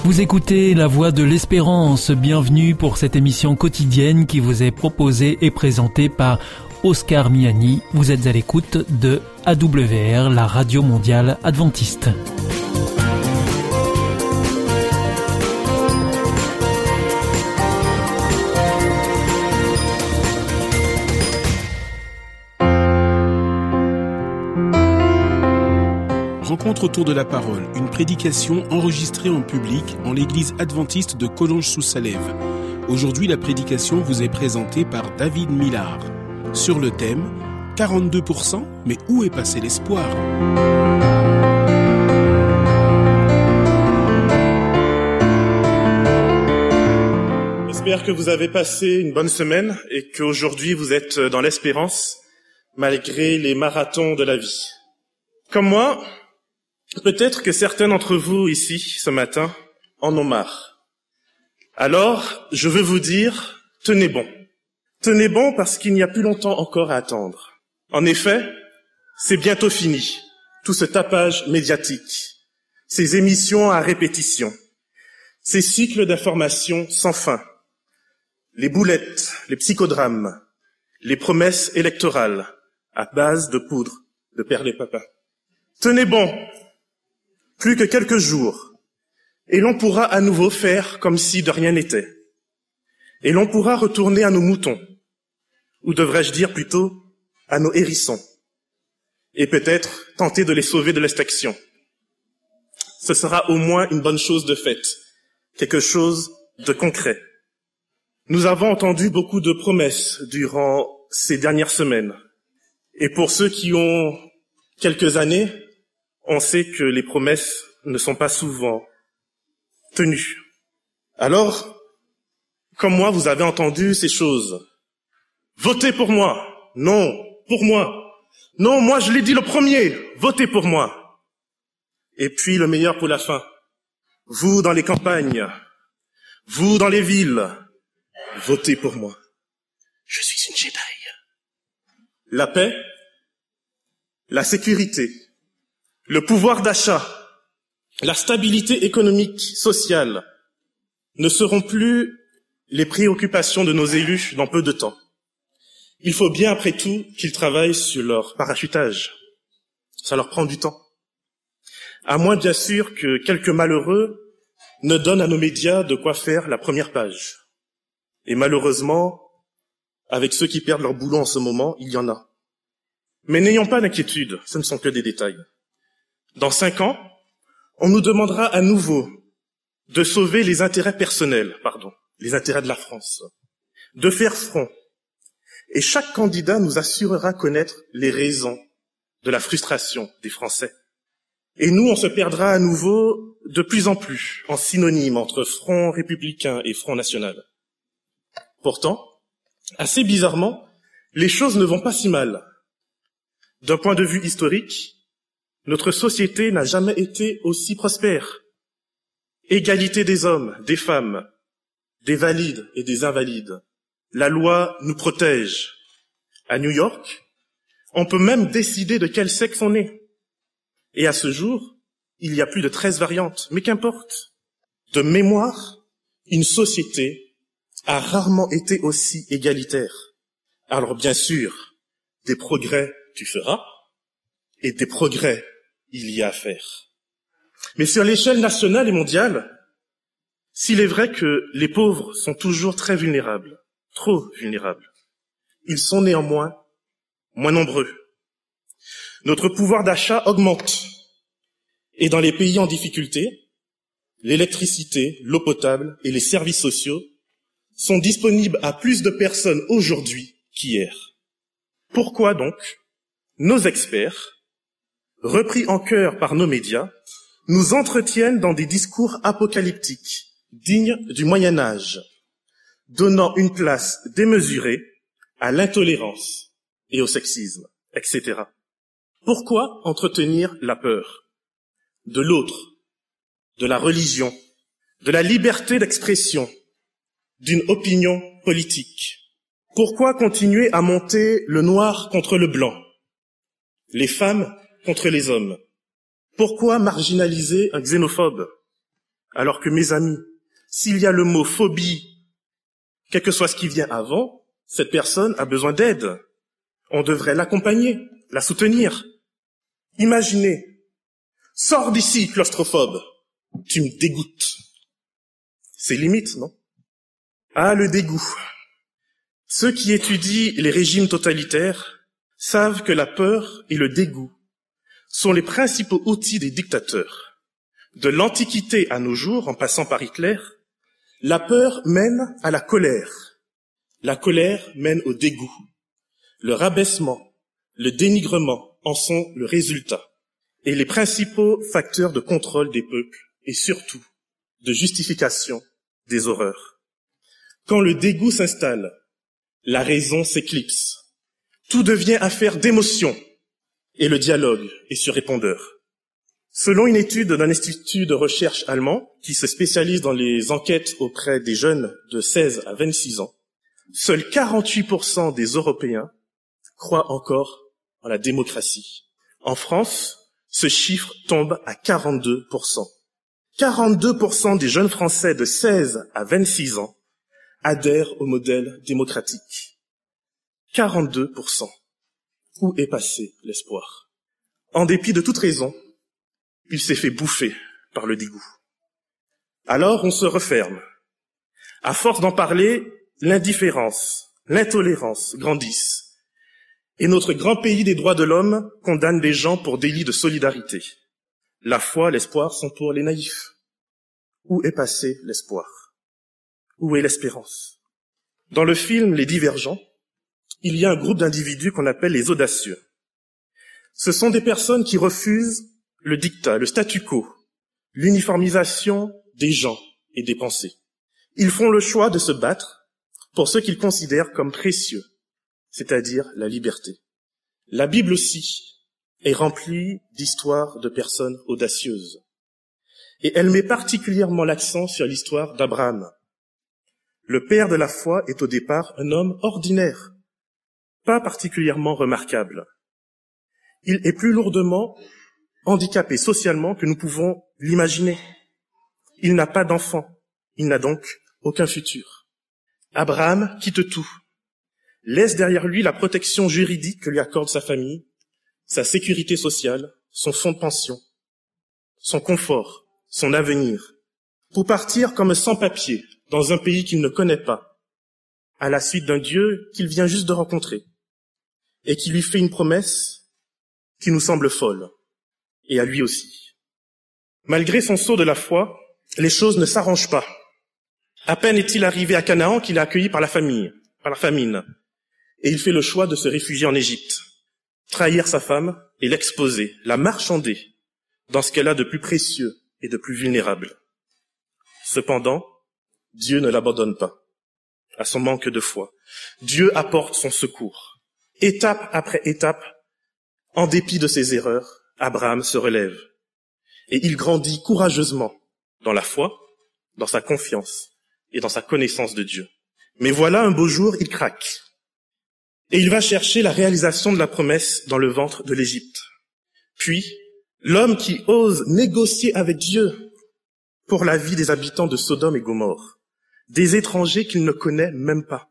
Vous écoutez La Voix de l'Espérance. Bienvenue pour cette émission quotidienne qui vous est proposée et présentée par Oscar Miani. Vous êtes à l'écoute de AWR, la radio mondiale adventiste. Rencontre autour de la parole, une prédication enregistrée en public en l'église adventiste de Collonges-sous-Salève. Aujourd'hui, la prédication vous est présentée par David Millard. Sur le thème « 42%, mais où est passé l'espoir ?» J'espère que vous avez passé une bonne semaine et qu'aujourd'hui vous êtes dans l'espérance malgré les marathons de la vie. Comme moi, peut-être que certains d'entre vous ici, ce matin, en ont marre. Alors, je veux vous dire, tenez bon. Tenez bon parce qu'il n'y a plus longtemps encore à attendre. En effet, c'est bientôt fini, tout ce tapage médiatique, ces émissions à répétition, ces cycles d'informations sans fin, les boulettes, les psychodrames, les promesses électorales à base de poudre de perlimpinpin. Tenez bon, plus que quelques jours, et l'on pourra à nouveau faire comme si de rien n'était. Et l'on pourra retourner à nos moutons, ou devrais-je dire plutôt à nos hérissons, et peut-être tenter de les sauver de l'extinction. Ce sera au moins une bonne chose de faite, quelque chose de concret. Nous avons entendu beaucoup de promesses durant ces dernières semaines, et pour ceux qui ont quelques années, on sait que les promesses ne sont pas souvent tenues. Alors, comme moi, vous avez entendu ces choses. Votez pour moi. Non, pour moi. Non, moi je l'ai dit le premier. Votez pour moi. Et puis le meilleur pour la fin. Vous dans les campagnes, vous dans les villes, votez pour moi. Je suis une Jedi. La paix, la sécurité, le pouvoir d'achat, la stabilité économique, sociale ne seront plus les préoccupations de nos élus dans peu de temps. Il faut bien, après tout, qu'ils travaillent sur leur parachutage. Ça leur prend du temps. À moins, bien sûr, que quelques malheureux ne donnent à nos médias de quoi faire la première page. Et malheureusement, avec ceux qui perdent leur boulot en ce moment, il y en a. Mais n'ayons pas d'inquiétude, ce ne sont que des détails. Dans 5 ans, on nous demandera à nouveau de sauver les intérêts personnels, les intérêts de la France, de faire front. Et chaque candidat nous assurera connaître les raisons de la frustration des Français. Et nous, on se perdra à nouveau de plus en plus en synonyme entre Front républicain et Front national. Pourtant, assez bizarrement, les choses ne vont pas si mal. D'un point de vue historique, notre société n'a jamais été aussi prospère. Égalité des hommes, des femmes, des valides et des invalides. La loi nous protège. À New York, on peut même décider de quel sexe on est. Et à ce jour, il y a plus de 13 variantes. Mais qu'importe. De mémoire, une société a rarement été aussi égalitaire. Alors bien sûr, des progrès tu feras, et des progrès il y a à faire. Mais sur l'échelle nationale et mondiale, s'il est vrai que les pauvres sont toujours très vulnérables, trop vulnérables, ils sont néanmoins moins nombreux. Notre pouvoir d'achat augmente. Et dans les pays en difficulté, l'électricité, l'eau potable et les services sociaux sont disponibles à plus de personnes aujourd'hui qu'hier. Pourquoi donc nos experts, repris en chœur par nos médias, nous entretiennent dans des discours apocalyptiques, dignes du Moyen-Âge, donnant une place démesurée à l'intolérance et au sexisme, etc. Pourquoi entretenir la peur de l'autre, de la religion, de la liberté d'expression, d'une opinion politique? Pourquoi continuer à monter le noir contre le blanc, les femmes contre les hommes? Pourquoi marginaliser un xénophobe, Alors que mes amis, s'il y a le mot phobie, quel que soit ce qui vient avant, cette personne a besoin d'aide. On devrait l'accompagner, la soutenir. Imaginez, sors d'ici, claustrophobe, tu me dégoûtes. C'est limite, non? Ah, le dégoût. Ceux qui étudient les régimes totalitaires savent que la peur et le dégoût sont les principaux outils des dictateurs. De l'Antiquité à nos jours, en passant par Hitler, la peur mène à la colère. La colère mène au dégoût. Le rabaissement, le dénigrement en sont le résultat et les principaux facteurs de contrôle des peuples et surtout de justification des horreurs. Quand le dégoût s'installe, la raison s'éclipse. Tout devient affaire d'émotion et le dialogue est sur répondeur. Selon une étude d'un institut de recherche allemand qui se spécialise dans les enquêtes auprès des jeunes de 16 à 26 ans, seuls 48% des Européens croient encore en la démocratie. En France, ce chiffre tombe à 42%. 42% des jeunes Français de 16 à 26 ans adhèrent au modèle démocratique. 42%. Où est passé l'espoir? En dépit de toute raison, il s'est fait bouffer par le dégoût. Alors on se referme. À force d'en parler, l'indifférence, l'intolérance grandissent. Et notre grand pays des droits de l'homme condamne les gens pour délit de solidarité. La foi, l'espoir sont pour les naïfs. Où est passé l'espoir? Où est l'espérance? Dans le film Les Divergents, il y a un groupe d'individus qu'on appelle les audacieux. Ce sont des personnes qui refusent le diktat, le statu quo, l'uniformisation des gens et des pensées. Ils font le choix de se battre pour ce qu'ils considèrent comme précieux, c'est-à-dire la liberté. La Bible aussi est remplie d'histoires de personnes audacieuses. Et elle met particulièrement l'accent sur l'histoire d'Abraham. Le père de la foi est au départ un homme ordinaire, pas particulièrement remarquable. Il est plus lourdement handicapé socialement que nous pouvons l'imaginer. Il n'a pas d'enfant, il n'a donc aucun futur. Abraham quitte tout, laisse derrière lui la protection juridique que lui accorde sa famille, sa sécurité sociale, son fonds de pension, son confort, son avenir, pour partir comme sans-papier dans un pays qu'il ne connaît pas, à la suite d'un Dieu qu'il vient juste de rencontrer, et qui lui fait une promesse qui nous semble folle, et à lui aussi. Malgré son saut de la foi, les choses ne s'arrangent pas. À peine est-il arrivé à Canaan qu'il est accueilli par la famine, et il fait le choix de se réfugier en Égypte, trahir sa femme et l'exposer, la marchander, dans ce qu'elle a de plus précieux et de plus vulnérable. Cependant, Dieu ne l'abandonne pas à son manque de foi. Dieu apporte son secours. Étape après étape, en dépit de ses erreurs, Abraham se relève et il grandit courageusement dans la foi, dans sa confiance et dans sa connaissance de Dieu. Mais voilà, un beau jour, il craque et il va chercher la réalisation de la promesse dans le ventre de l'Égypte. Puis, l'homme qui ose négocier avec Dieu pour la vie des habitants de Sodome et Gomorrhe, des étrangers qu'il ne connaît même pas,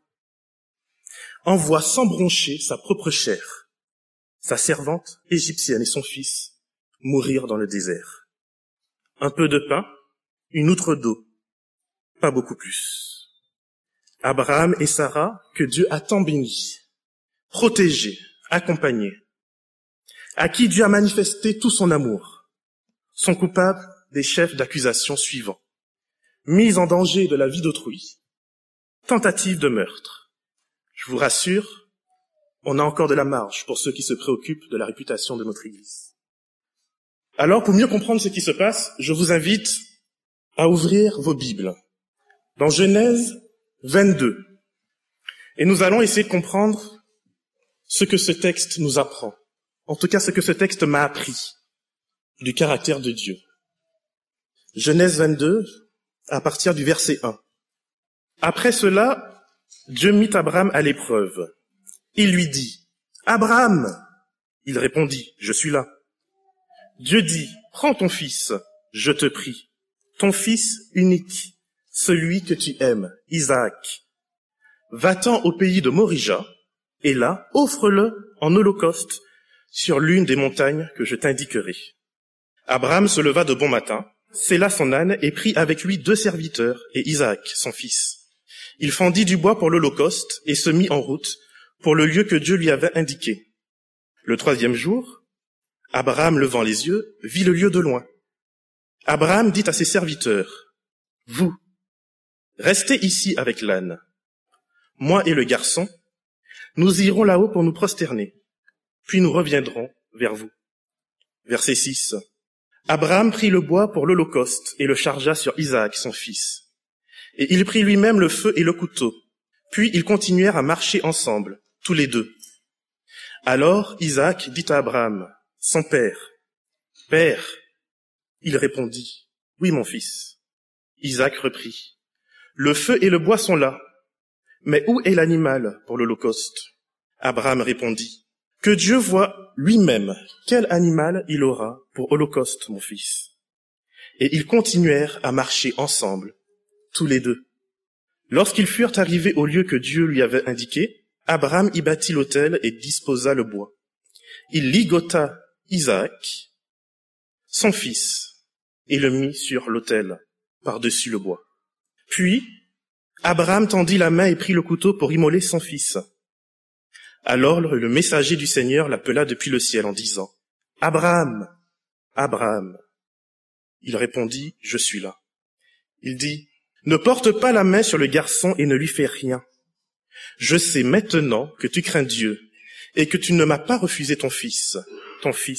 envoie sans broncher sa propre chair, sa servante égyptienne et son fils, mourir dans le désert. Un peu de pain, une outre d'eau, pas beaucoup plus. Abraham et Sarah, que Dieu a tant bénis, protégés, accompagnés, à qui Dieu a manifesté tout son amour, sont coupables des chefs d'accusation suivants. Mise en danger de la vie d'autrui, tentative de meurtre. Je vous rassure, on a encore de la marge pour ceux qui se préoccupent de la réputation de notre Église. Alors, pour mieux comprendre ce qui se passe, je vous invite à ouvrir vos Bibles dans Genèse 22. Et nous allons essayer de comprendre ce que ce texte nous apprend. En tout cas, ce que ce texte m'a appris du caractère de Dieu. Genèse 22, à partir du verset 1. Après cela, Dieu mit Abraham à l'épreuve. Il lui dit, « Abraham !» Il répondit, « Je suis là. » Dieu dit, « Prends ton fils, je te prie, ton fils unique, celui que tu aimes, Isaac. Va-t'en au pays de Morija, et là, offre-le en holocauste sur l'une des montagnes que je t'indiquerai. Abraham se leva de bon matin, sella son âne et prit avec lui 2 serviteurs et Isaac, son fils. Il fendit du bois pour l'holocauste et se mit en route pour le lieu que Dieu lui avait indiqué. Le 3e jour, Abraham, levant les yeux, vit le lieu de loin. Abraham dit à ses serviteurs, « Vous, restez ici avec l'âne. Moi et le garçon, nous irons là-haut pour nous prosterner, puis nous reviendrons vers vous. » Verset 6. Abraham prit le bois pour l'holocauste et le chargea sur Isaac, son fils. Et il prit lui-même le feu et le couteau. Puis ils continuèrent à marcher ensemble, tous les 2. Alors Isaac dit à Abraham, son père, « Père !» Il répondit, « Oui, mon fils. » Isaac reprit, « Le feu et le bois sont là, mais où est l'animal pour l'holocauste ?» Abraham répondit, « Que Dieu voie lui-même quel animal il aura pour holocauste, mon fils. » Et ils continuèrent à marcher ensemble, tous les 2. Lorsqu'ils furent arrivés au lieu que Dieu lui avait indiqué, Abraham y bâtit l'autel et disposa le bois. Il ligota Isaac, son fils, et le mit sur l'autel, par-dessus le bois. Puis, Abraham tendit la main et prit le couteau pour immoler son fils. Alors le messager du Seigneur l'appela depuis le ciel en disant, « Abraham, Abraham !» Il répondit, « Je suis là. » Il dit, « Ne porte pas la main sur le garçon et ne lui fais rien. Je sais maintenant que tu crains Dieu et que tu ne m'as pas refusé ton fils unique. »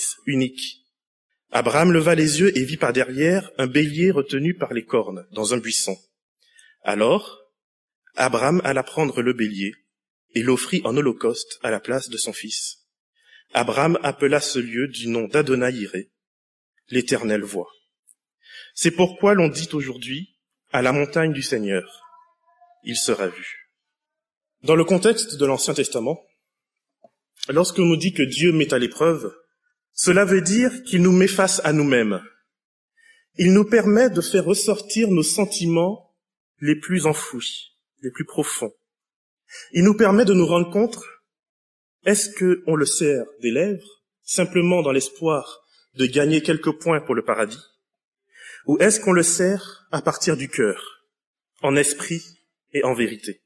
Abraham leva les yeux et vit par derrière un bélier retenu par les cornes dans un buisson. Alors, Abraham alla prendre le bélier et l'offrit en holocauste à la place de son fils. Abraham appela ce lieu du nom d'Adonai-Iré, l'Éternel voit. C'est pourquoi l'on dit aujourd'hui, à la montagne du Seigneur, il sera vu. Dans le contexte de l'Ancien Testament, lorsqu'on nous dit que Dieu met à l'épreuve, cela veut dire qu'il nous met face à nous-mêmes. Il nous permet de faire ressortir nos sentiments les plus enfouis, les plus profonds. Il nous permet de nous rendre compte, est-ce qu'on le serre des lèvres, simplement dans l'espoir de gagner quelques points pour le paradis, ou est-ce qu'on le serre à partir du cœur, en esprit et en vérité?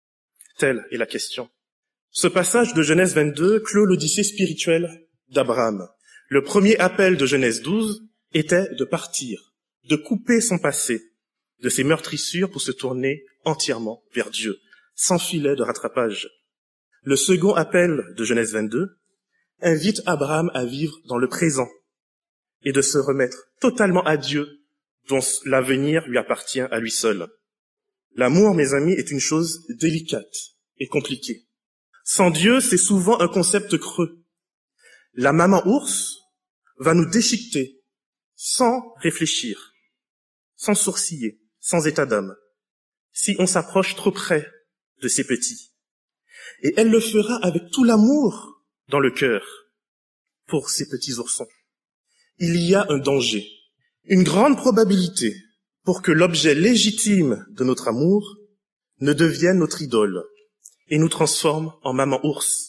Telle est la question. Ce passage de Genèse 22 clôt l'odyssée spirituelle d'Abraham. Le premier appel de Genèse 12 était de partir, de couper son passé, de ses meurtrissures pour se tourner entièrement vers Dieu, sans filet de rattrapage. Le second appel de Genèse 22 invite Abraham à vivre dans le présent et de se remettre totalement à Dieu, dont l'avenir lui appartient à lui seul. L'amour, mes amis, est une chose délicate et compliquée. Sans Dieu, c'est souvent un concept creux. La maman ours va nous déchiqueter sans réfléchir, sans sourciller, sans état d'âme, si on s'approche trop près de ses petits. Et elle le fera avec tout l'amour dans le cœur pour ses petits oursons. Il y a un danger, une grande probabilité pour que l'objet légitime de notre amour ne devienne notre idole et nous transforme en maman ours.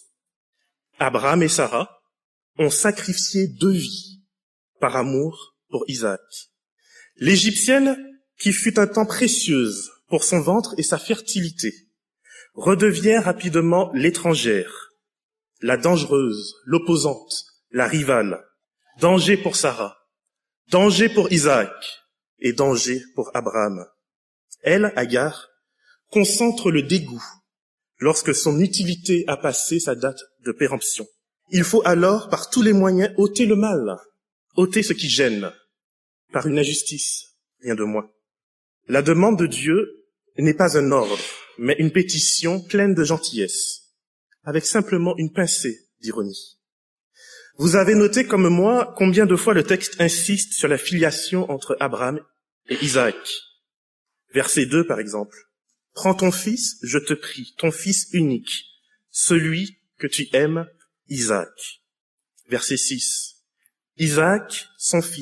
Abraham et Sarah ont sacrifié 2 vies par amour pour Isaac. L'Égyptienne, qui fut un temps précieuse pour son ventre et sa fertilité, redevient rapidement l'étrangère, la dangereuse, l'opposante, la rivale. Danger pour Sarah, danger pour Isaac et danger pour Abraham. Elle, Agar, concentre le dégoût lorsque son utilité a passé sa date de péremption. Il faut alors, par tous les moyens, ôter le mal, ôter ce qui gêne, par une injustice, rien de moins. La demande de Dieu n'est pas un ordre, mais une pétition pleine de gentillesse, avec simplement une pincée d'ironie. Vous avez noté comme moi combien de fois le texte insiste sur la filiation entre Abraham et Isaac. Verset 2, par exemple. « Prends ton fils, je te prie, ton fils unique, celui que tu aimes, Isaac. » Verset 6. « Isaac, son fils. »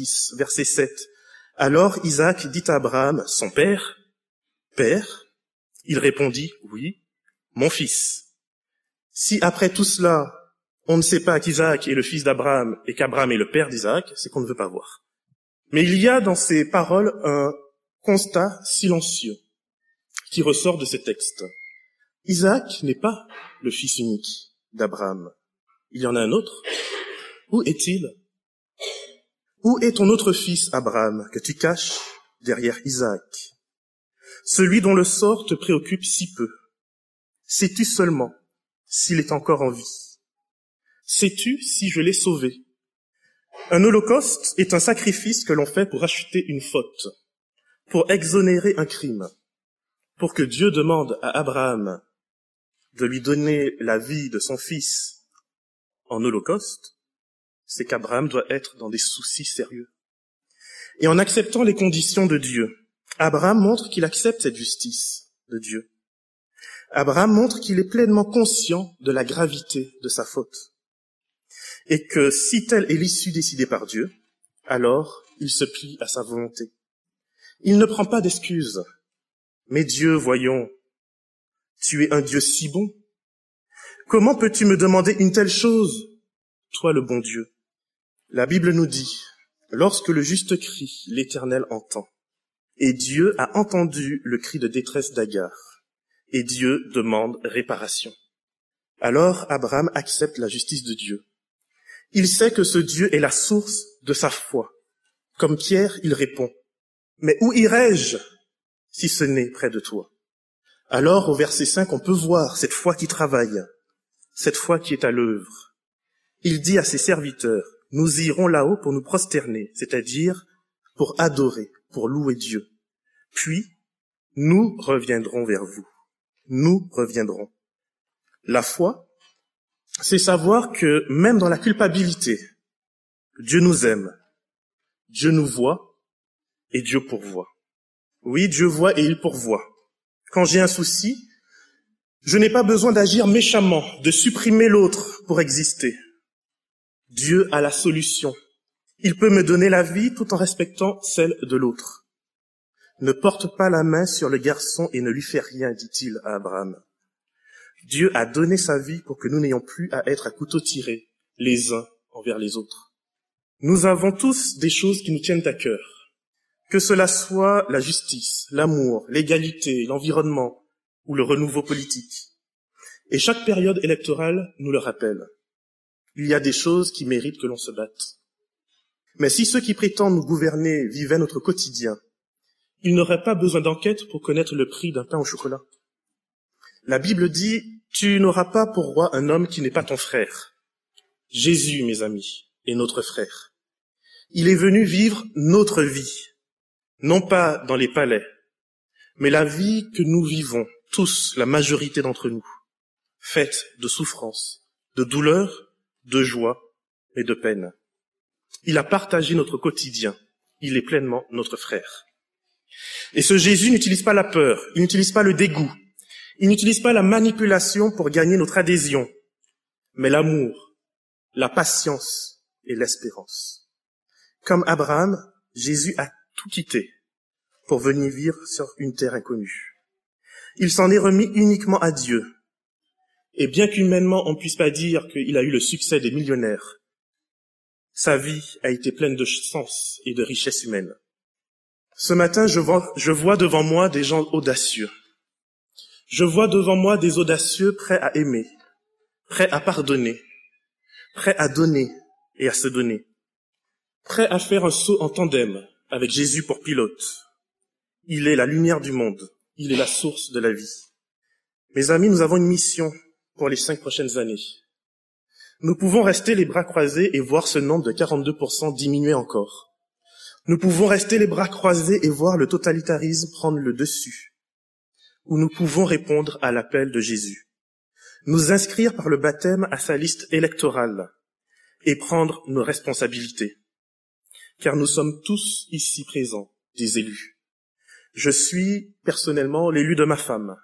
Verset 7. Alors Isaac dit à Abraham, son père, « Père ?» Il répondit, « Oui, mon fils. » Si après tout cela, on ne sait pas qu'Isaac est le fils d'Abraham et qu'Abraham est le père d'Isaac, c'est qu'on ne veut pas voir. Mais il y a dans ces paroles un constat silencieux qui ressort de ces textes. Isaac n'est pas le fils unique d'Abraham. Il y en a un autre. Où est-il? Où est ton autre fils, Abraham, que tu caches derrière Isaac? Celui dont le sort te préoccupe si peu. Sais-tu seulement s'il est encore en vie? Sais-tu si je l'ai sauvé? Un holocauste est un sacrifice que l'on fait pour acheter une faute, pour exonérer un crime. Pour que Dieu demande à Abraham de lui donner la vie de son fils en holocauste, c'est qu'Abraham doit être dans des soucis sérieux. Et en acceptant les conditions de Dieu, Abraham montre qu'il accepte cette justice de Dieu. Abraham montre qu'il est pleinement conscient de la gravité de sa faute. Et que si telle est l'issue décidée par Dieu, alors il se plie à sa volonté. Il ne prend pas d'excuses. Mais Dieu, voyons, tu es un Dieu si bon. Comment peux-tu me demander une telle chose, toi le bon Dieu? La Bible nous dit, lorsque le juste crie, l'Éternel entend. Et Dieu a entendu le cri de détresse d'Agar. Et Dieu demande réparation. Alors Abraham accepte la justice de Dieu. Il sait que ce Dieu est la source de sa foi. Comme Pierre, il répond, « Mais où irai-je si ce n'est près de toi ?» Alors, au verset 5, on peut voir cette foi qui travaille, cette foi qui est à l'œuvre. Il dit à ses serviteurs, « Nous irons là-haut pour nous prosterner, c'est-à-dire pour adorer, pour louer Dieu. Puis, nous reviendrons vers vous. Nous reviendrons. » La foi, c'est savoir que même dans la culpabilité, Dieu nous aime, Dieu nous voit et Dieu pourvoit. Oui, Dieu voit et il pourvoit. Quand j'ai un souci, je n'ai pas besoin d'agir méchamment, de supprimer l'autre pour exister. Dieu a la solution. Il peut me donner la vie tout en respectant celle de l'autre. Ne porte pas la main sur le garçon et ne lui fais rien, dit-il à Abraham. Dieu a donné sa vie pour que nous n'ayons plus à être à couteau tiré les uns envers les autres. Nous avons tous des choses qui nous tiennent à cœur, que cela soit la justice, l'amour, l'égalité, l'environnement ou le renouveau politique. Et chaque période électorale nous le rappelle. Il y a des choses qui méritent que l'on se batte. Mais si ceux qui prétendent nous gouverner vivaient notre quotidien, ils n'auraient pas besoin d'enquête pour connaître le prix d'un pain au chocolat. La Bible dit, « Tu n'auras pas pour roi un homme qui n'est pas ton frère. » Jésus, mes amis, est notre frère. Il est venu vivre notre vie, non pas dans les palais, mais la vie que nous vivons, tous, la majorité d'entre nous, faite de souffrance, de douleur, de joie et de peine. Il a partagé notre quotidien. Il est pleinement notre frère. Et ce Jésus n'utilise pas la peur, il n'utilise pas le dégoût, il n'utilise pas la manipulation pour gagner notre adhésion, mais l'amour, la patience et l'espérance. Comme Abraham, Jésus a tout quitté pour venir vivre sur une terre inconnue. Il s'en est remis uniquement à Dieu. Et bien qu'humainement on ne puisse pas dire qu'il a eu le succès des millionnaires, sa vie a été pleine de sens et de richesse humaine. Ce matin, je vois devant moi des gens audacieux. Je vois devant moi des audacieux prêts à aimer, prêts à pardonner, prêts à donner et à se donner, prêts à faire un saut en tandem avec Jésus pour pilote. Il est la lumière du monde, il est la source de la vie. Mes amis, nous avons une mission pour les 5 prochaines années. Nous pouvons rester les bras croisés et voir ce nombre de 42% diminuer encore. Nous pouvons rester les bras croisés et voir le totalitarisme prendre le dessus. Ou nous pouvons répondre à l'appel de Jésus. Nous inscrire par le baptême à sa liste électorale et prendre nos responsabilités. Car nous sommes tous ici présents, des élus. Je suis personnellement l'élu de ma femme.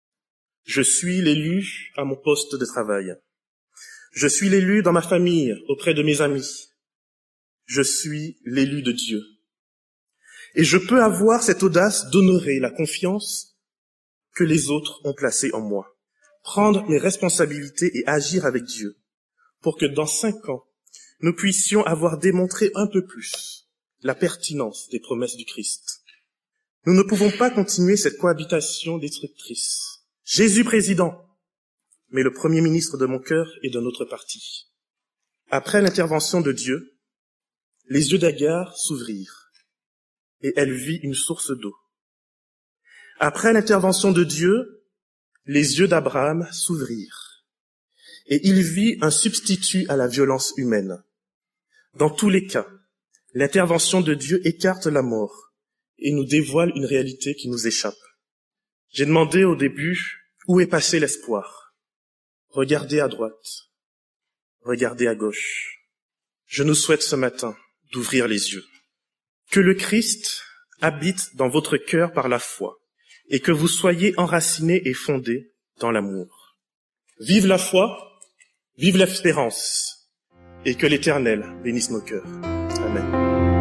Je suis l'élu à mon poste de travail. Je suis l'élu dans ma famille, auprès de mes amis. Je suis l'élu de Dieu. Et je peux avoir cette audace d'honorer la confiance que les autres ont placée en moi. Prendre mes responsabilités et agir avec Dieu pour que dans 5 ans, nous puissions avoir démontré un peu plus la pertinence des promesses du Christ. Nous ne pouvons pas continuer cette cohabitation destructrice. Jésus président, mais le premier ministre de mon cœur est d'un autre parti. Après l'intervention de Dieu, les yeux d'Agar s'ouvrirent et elle vit une source d'eau. Après l'intervention de Dieu, les yeux d'Abraham s'ouvrirent et il vit un substitut à la violence humaine. Dans tous les cas, l'intervention de Dieu écarte la mort et nous dévoile une réalité qui nous échappe. J'ai demandé au début où est passé l'espoir. Regardez à droite, regardez à gauche. Je nous souhaite ce matin d'ouvrir les yeux. Que le Christ habite dans votre cœur par la foi et que vous soyez enracinés et fondés dans l'amour. Vive la foi, vive l'espérance et que l'Éternel bénisse nos cœurs. Amen.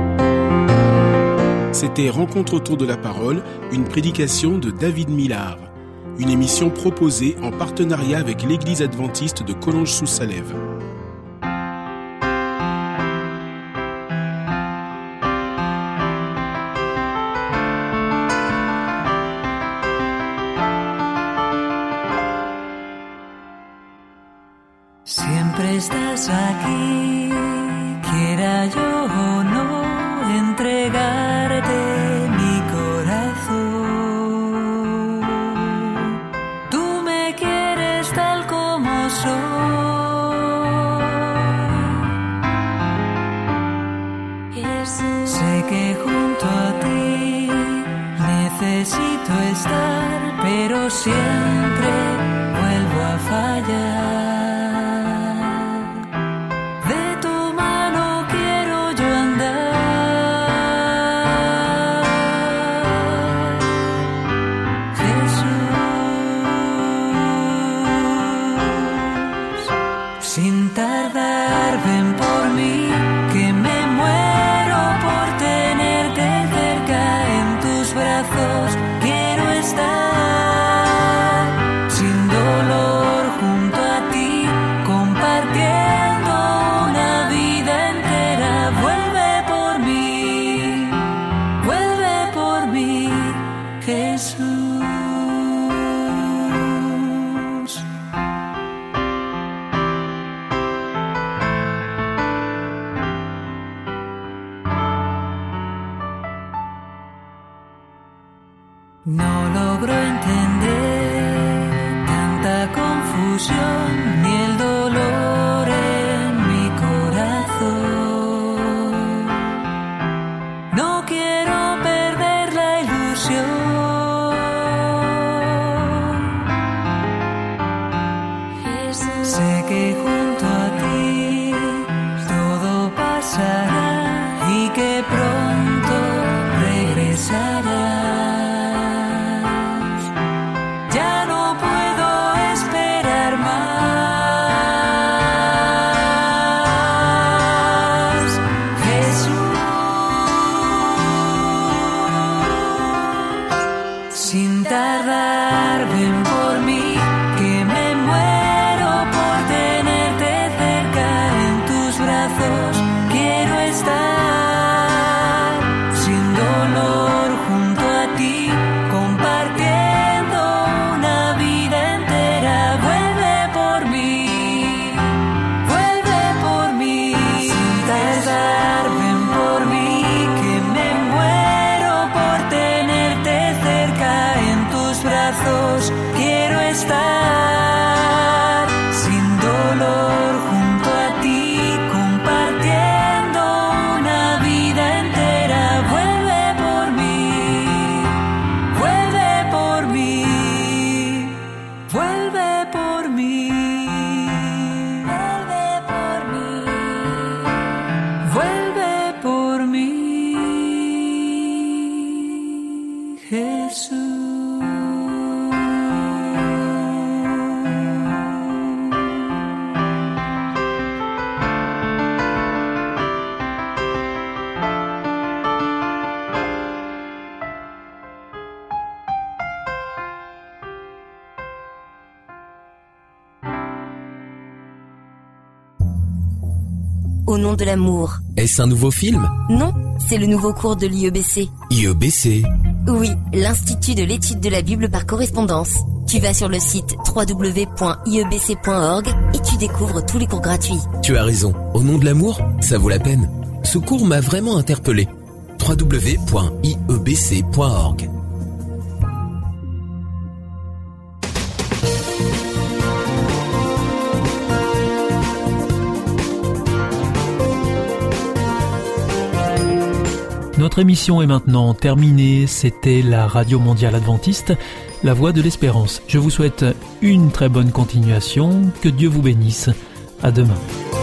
C'était Rencontre autour de la parole, une prédication de David Millard. Une émission proposée en partenariat avec l'Église adventiste de Collonges-sous-Salève. Siempre estás aquí, quiera yo o no entregarte mi corazón. Tú me quieres tal como soy. Sé que junto a ti necesito estar, pero siempre vuelvo a fallar. Sin tardar, ven por mí, que me muero por tenerte cerca en tus brazos. Quiero estar sin dolor junto a ti, compartiendo una vida entera. Vuelve por mí, Jesús. No logro entender tanta confusión ni el dolor en mi corazón. No quiero perder la ilusión. Sé que junto a ti todo pasará y que pronto regresarás. Au nom de l'amour. Est-ce un nouveau film? Non, c'est le nouveau cours de l'IEBC. IEBC? Oui, l'Institut de l'étude de la Bible par correspondance. Tu vas sur le site www.iebc.org et tu découvres tous les cours gratuits. Tu as raison, au nom de l'amour, ça vaut la peine. Ce cours m'a vraiment interpellé. www.iebc.org. Notre émission est maintenant terminée. C'était la Radio Mondiale Adventiste, la Voix de l'Espérance. Je vous souhaite une très bonne continuation. Que Dieu vous bénisse. À demain.